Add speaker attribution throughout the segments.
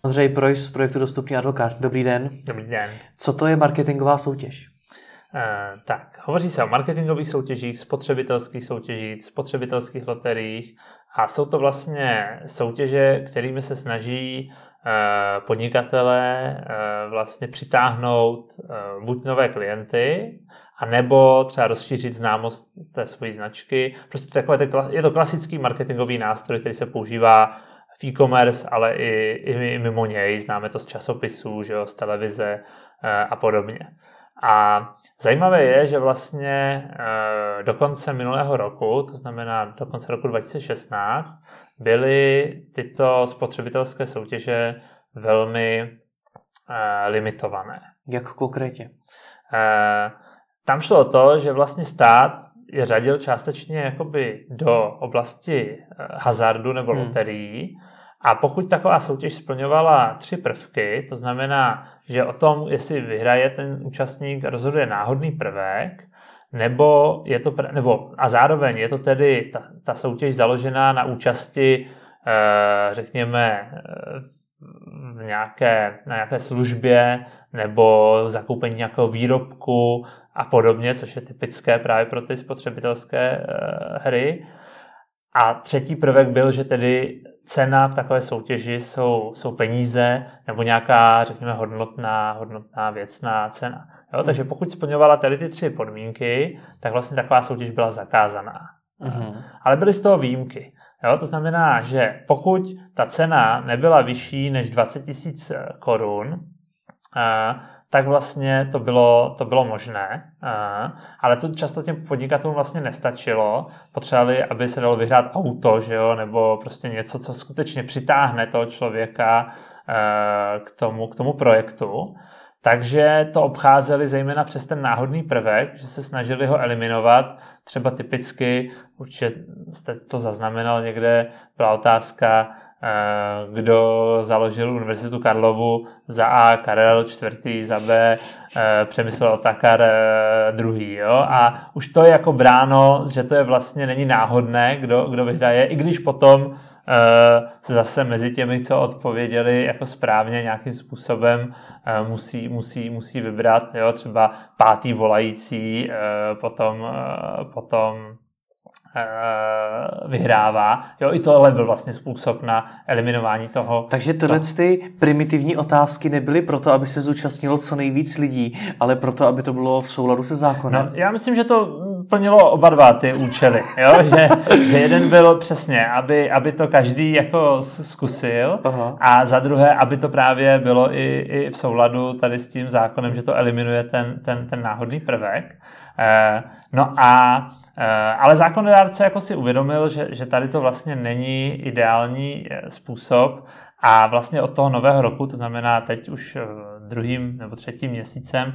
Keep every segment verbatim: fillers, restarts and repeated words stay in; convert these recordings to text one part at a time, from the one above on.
Speaker 1: Ondřej Projs z projektu Dostupný advokát. Dobrý den.
Speaker 2: Dobrý den.
Speaker 1: Co to je marketingová soutěž?
Speaker 2: Uh, tak, hovoří se o marketingových soutěžích, spotřebitelských soutěžích, spotřebitelských loteriích a jsou to vlastně soutěže, kterými se snaží uh, podnikatelé uh, vlastně přitáhnout uh, buď nové klienty, a nebo třeba rozšířit známost té své značky. Prostě takové, je to klasický marketingový nástroj, který se používá v e-commerce, ale i, i, i mimo něj. Známe to z časopisů, že jo, z televize a podobně. A zajímavé je, že vlastně do konce minulého roku, to znamená do konce roku dva tisíce šestnáct, byly tyto spotřebitelské soutěže velmi limitované.
Speaker 1: Jak konkrétně?
Speaker 2: Tam šlo o to, že vlastně stát je řadil částečně jakoby do oblasti hazardu nebo hmm. loterií a pokud taková soutěž splňovala tři prvky, to znamená, že o tom, jestli vyhraje ten účastník, rozhoduje náhodný prvek, nebo je to, nebo a zároveň je to tedy ta, ta soutěž založená na účasti, řekněme, v nějaké, na nějaké službě nebo zakoupení nějakého výrobku a podobně, což je typické právě pro ty spotřebitelské hry. A třetí prvek byl, že tedy cena v takové soutěži jsou, jsou peníze nebo nějaká, řekněme, hodnotná, hodnotná věcná cena. Jo? Takže pokud splňovala tady ty tři podmínky, tak vlastně taková soutěž byla zakázaná. Uh-huh. Ale byly z toho výjimky. Jo? To znamená, že pokud ta cena nebyla vyšší než dvacet tisíc korun, tak vlastně to bylo, to bylo možné, ale to často těm podnikatelům vlastně nestačilo. Potřebovali, aby se dalo vyhrát auto, že jo? Nebo prostě něco, co skutečně přitáhne toho člověka k tomu, k tomu projektu. Takže to obcházeli zejména přes ten náhodný prvek, že se snažili ho eliminovat. Třeba typicky, určitě jste to zaznamenal někde, byla otázka, kdo založil Univerzitu Karlovu, za A Karel čtvrtý, za B Přemysl Otakar druhý. Jo? A už to je jako bráno, že to je vlastně není náhodné, kdo, kdo vyhraje, i když potom se zase mezi těmi, co odpověděli jako správně nějakým způsobem musí, musí, musí vybrat, jo? Třeba pátý volající potom, potom vyhrává. Jo, i tohle byl vlastně způsob na eliminování toho.
Speaker 1: Takže tyhle ty primitivní otázky nebyly proto, aby se zúčastnilo co nejvíc lidí, ale proto, aby to bylo v souladu se zákonem.
Speaker 2: No, já myslím, že to plnilo oba dva ty účely. Jo? Že, že jeden byl přesně, aby, aby to každý jako zkusil. Aha. A za druhé, aby to právě bylo i, i v souladu tady s tím zákonem, že to eliminuje ten, ten, ten náhodný prvek. No a ale zákonodárce jako si uvědomil, že, že tady to vlastně není ideální způsob a vlastně od toho nového roku, to znamená teď už druhým nebo třetím měsícem,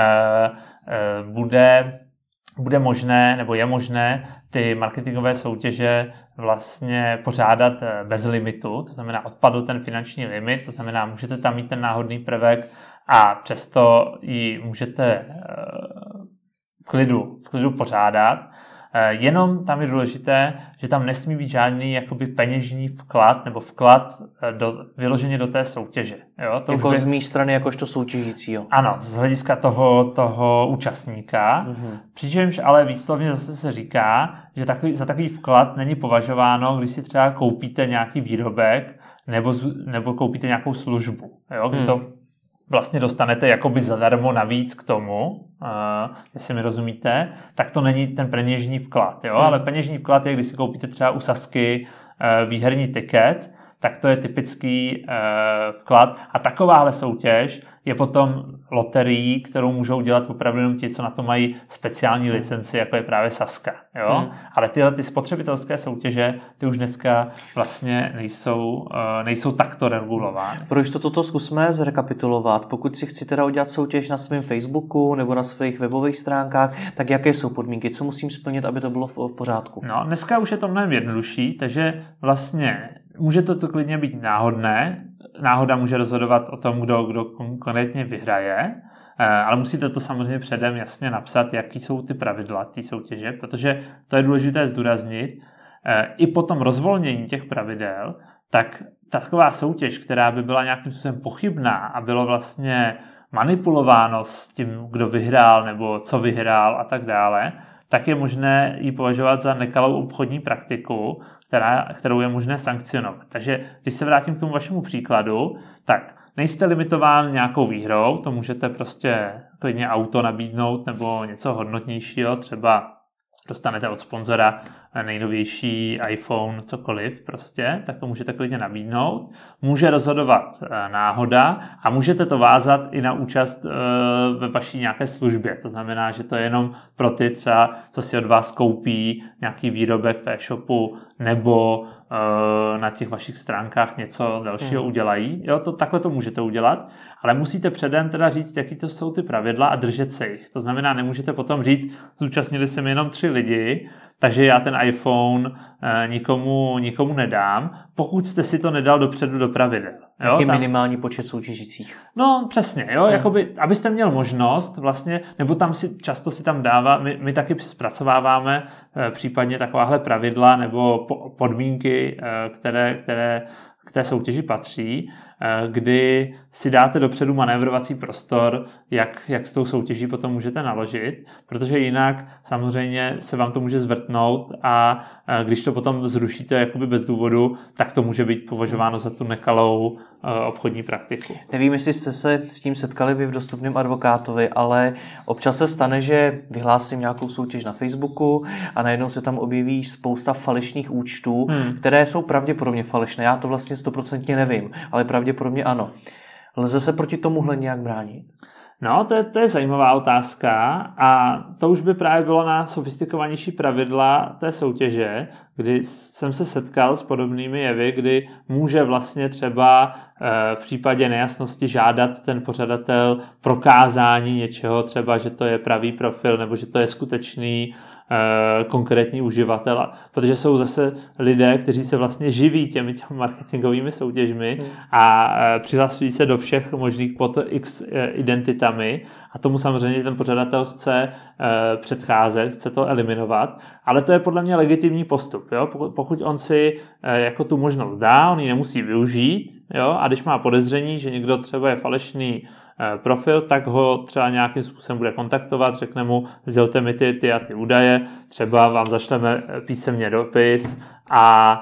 Speaker 2: bude, bude možné nebo je možné ty marketingové soutěže vlastně pořádat bez limitu, to znamená odpadl ten finanční limit, to znamená můžete tam mít ten náhodný prvek a přesto ji můžete v klidu, v klidu pořádat. Jenom tam je důležité, že tam nesmí být žádný jakoby peněžní vklad nebo vklad do, vyloženě do té soutěže. Jo? To
Speaker 1: jako
Speaker 2: by...
Speaker 1: z mé strany jakožto soutěžícího.
Speaker 2: Ano, z hlediska toho, toho účastníka. Mm-hmm. Přičemž ale výslovně zase se říká, že takový, za takový vklad není považováno, když si třeba koupíte nějaký výrobek nebo, nebo koupíte nějakou službu. Jo? Kdy mm. to vlastně dostanete jakoby zadarmo navíc k tomu, uh, jestli mi rozumíte, tak to není ten peněžní vklad. Jo? Hmm. Ale peněžní vklad je, když si koupíte třeba u Sazky uh, výherní tiket, tak to je typický uh, vklad. A takováhle soutěž je potom loterií, kterou můžou dělat opravdu jenom ti, co na to mají speciální licenci, jako je právě Sazka. Jo? Hmm. Ale tyhle ty spotřebitelské soutěže, ty už dneska vlastně nejsou, uh, nejsou takto regulovány.
Speaker 1: Proč to toto zkusme zrekapitulovat? Pokud si chci teda udělat soutěž na svém Facebooku nebo na svých webových stránkách, tak jaké jsou podmínky? Co musím splnit, aby to bylo v pořádku?
Speaker 2: No, dneska už je to mnohem jednodušší, takže vlastně může to, to klidně být náhodné. Náhoda může rozhodovat o tom, kdo, kdo konkrétně vyhraje, ale musíte to samozřejmě předem jasně napsat, jaký jsou ty pravidla té soutěže, protože to je důležité zdůraznit. I po tom rozvolnění těch pravidel, tak taková soutěž, která by byla nějakým způsobem pochybná a bylo vlastně manipulováno s tím, kdo vyhrál nebo co vyhrál a tak dále, tak je možné ji považovat za nekalou obchodní praktiku, která, kterou je možné sankcionovat. Takže když se vrátím k tomu vašemu příkladu, tak nejste limitován nějakou výhrou, to můžete prostě klidně auto nabídnout nebo něco hodnotnějšího, třeba dostanete od sponzora nejnovější iPhone, cokoliv prostě, tak to můžete klidně nabídnout. Může rozhodovat náhoda a můžete to vázat i na účast ve vaší nějaké službě. To znamená, že to je jenom pro ty třeba, co si od vás koupí nějaký výrobek v e-shopu nebo na těch vašich stránkách něco dalšího hmm. udělají. Jo, to, takhle to můžete udělat, ale musíte předem teda říct, jaký to jsou ty pravidla a držet se jich. To znamená, nemůžete potom říct, zúčastnili se mi jenom tři lidi, takže já ten iPhone eh, nikomu, nikomu nedám, pokud jste si to nedal dopředu do pravidel. Jo,
Speaker 1: Jaký
Speaker 2: tam...
Speaker 1: minimální počet soutěžících?
Speaker 2: No přesně, jo, hmm. jakoby, abyste měl možnost vlastně, nebo tam si často si tam dává, my, my taky zpracováváme eh, případně takováhle pravidla nebo po, podmínky, eh, které, které k té soutěži patří, kdy si dáte dopředu manévrovací prostor, jak, jak s tou soutěží potom můžete naložit, protože jinak samozřejmě se vám to může zvrtnout a když to potom zrušíte jakoby bez důvodu, tak to může být považováno za tu nekalou obchodní praktiku.
Speaker 1: Nevím, jestli jste se s tím setkali vy v Dostupném advokátovi, ale občas se stane, že vyhlásím nějakou soutěž na Facebooku a najednou se tam objeví spousta falešných účtů, hmm. které jsou pravděpodobně falešné. Já to vlastně stoprocentně nevím, ale pravděpodobně ano. Lze se proti tomuhle nějak bránit?
Speaker 2: No, to je, to je zajímavá otázka a to už by právě bylo na sofistikovanější pravidla té soutěže, kdy jsem se setkal s podobnými jevy, kdy může vlastně třeba v případě nejasnosti žádat ten pořadatel prokázání něčeho, třeba, že to je pravý profil nebo že to je skutečný konkrétní uživatel, protože jsou zase lidé, kteří se vlastně živí těmi, těmi marketingovými soutěžmi hmm. a přihlasují se do všech možných pod X identitami a tomu samozřejmě ten pořadatel chce předcházet, chce to eliminovat, ale to je podle mě legitimní postup. Jo? Pokud on si jako tu možnost dá, on ji nemusí využít, jo? A když má podezření, že někdo třeba je falešný profil, tak ho třeba nějakým způsobem bude kontaktovat, řekne mu, sdělte mi ty, ty a ty údaje, třeba vám zašleme písemně dopis a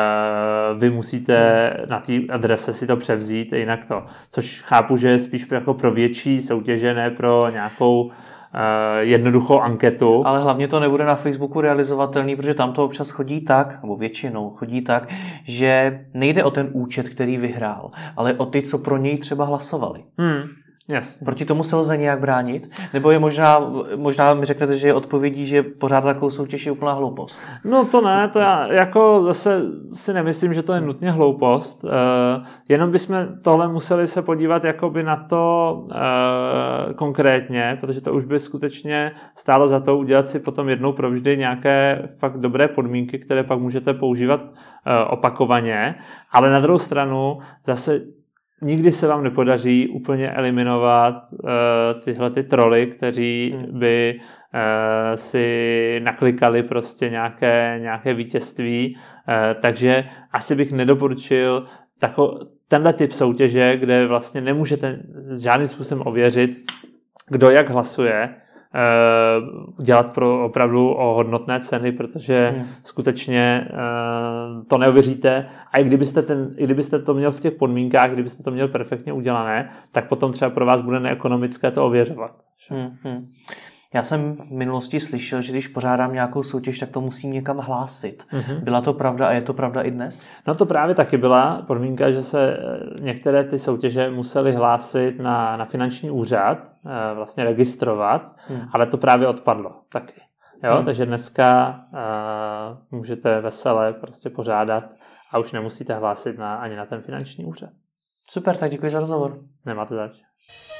Speaker 2: e, vy musíte na té adrese si to převzít, jinak to. Což chápu, že je spíš jako pro větší soutěže, ne pro nějakou e, jednoduchou anketu.
Speaker 1: Ale hlavně to nebude na Facebooku realizovatelný, protože tam to občas chodí tak, nebo většinou chodí tak, že nejde o ten účet, který vyhrál, ale o ty, co pro něj třeba hlasovali.
Speaker 2: Hmm. Jasně.
Speaker 1: Proti tomu se lze nějak bránit? Nebo je možná, možná mi řeknete, že je odpovědí, že pořád takovou soutěž je úplná hloupost?
Speaker 2: No to ne, to já jako zase si nemyslím, že to je nutně hloupost. Uh, jenom bychom tohle museli se podívat jakoby na to uh, konkrétně, protože to už by skutečně stálo za to udělat si potom jednou provždy nějaké fakt dobré podmínky, které pak můžete používat uh, opakovaně. Ale na druhou stranu zase nikdy se vám nepodaří úplně eliminovat uh, tyhle ty troly, kteří by uh, si naklikali prostě nějaké, nějaké vítězství. Uh, takže asi bych nedoporučil tako, tenhle typ soutěže, kde vlastně nemůžete žádným způsobem ověřit, kdo jak hlasuje, Uh, dělat pro opravdu o hodnotné ceny, protože hmm. skutečně uh, to neuvěříte a i kdybyste, ten, i kdybyste to měl v těch podmínkách, kdybyste to měl perfektně udělané, tak potom třeba pro vás bude neekonomické to ověřovat.
Speaker 1: Hmm, hmm. Já jsem v minulosti slyšel, že když pořádám nějakou soutěž, tak to musím někam hlásit. Mm-hmm. Byla to pravda a je to pravda i dnes?
Speaker 2: No to právě taky byla podmínka, že se některé ty soutěže musely hlásit na, na finanční úřad, vlastně registrovat, mm. ale to právě odpadlo taky. Jo? Mm. Takže dneska uh, můžete veselé prostě pořádat a už nemusíte hlásit na, ani na ten finanční úřad.
Speaker 1: Super, tak děkuji za rozhovor.
Speaker 2: Nemáte zač.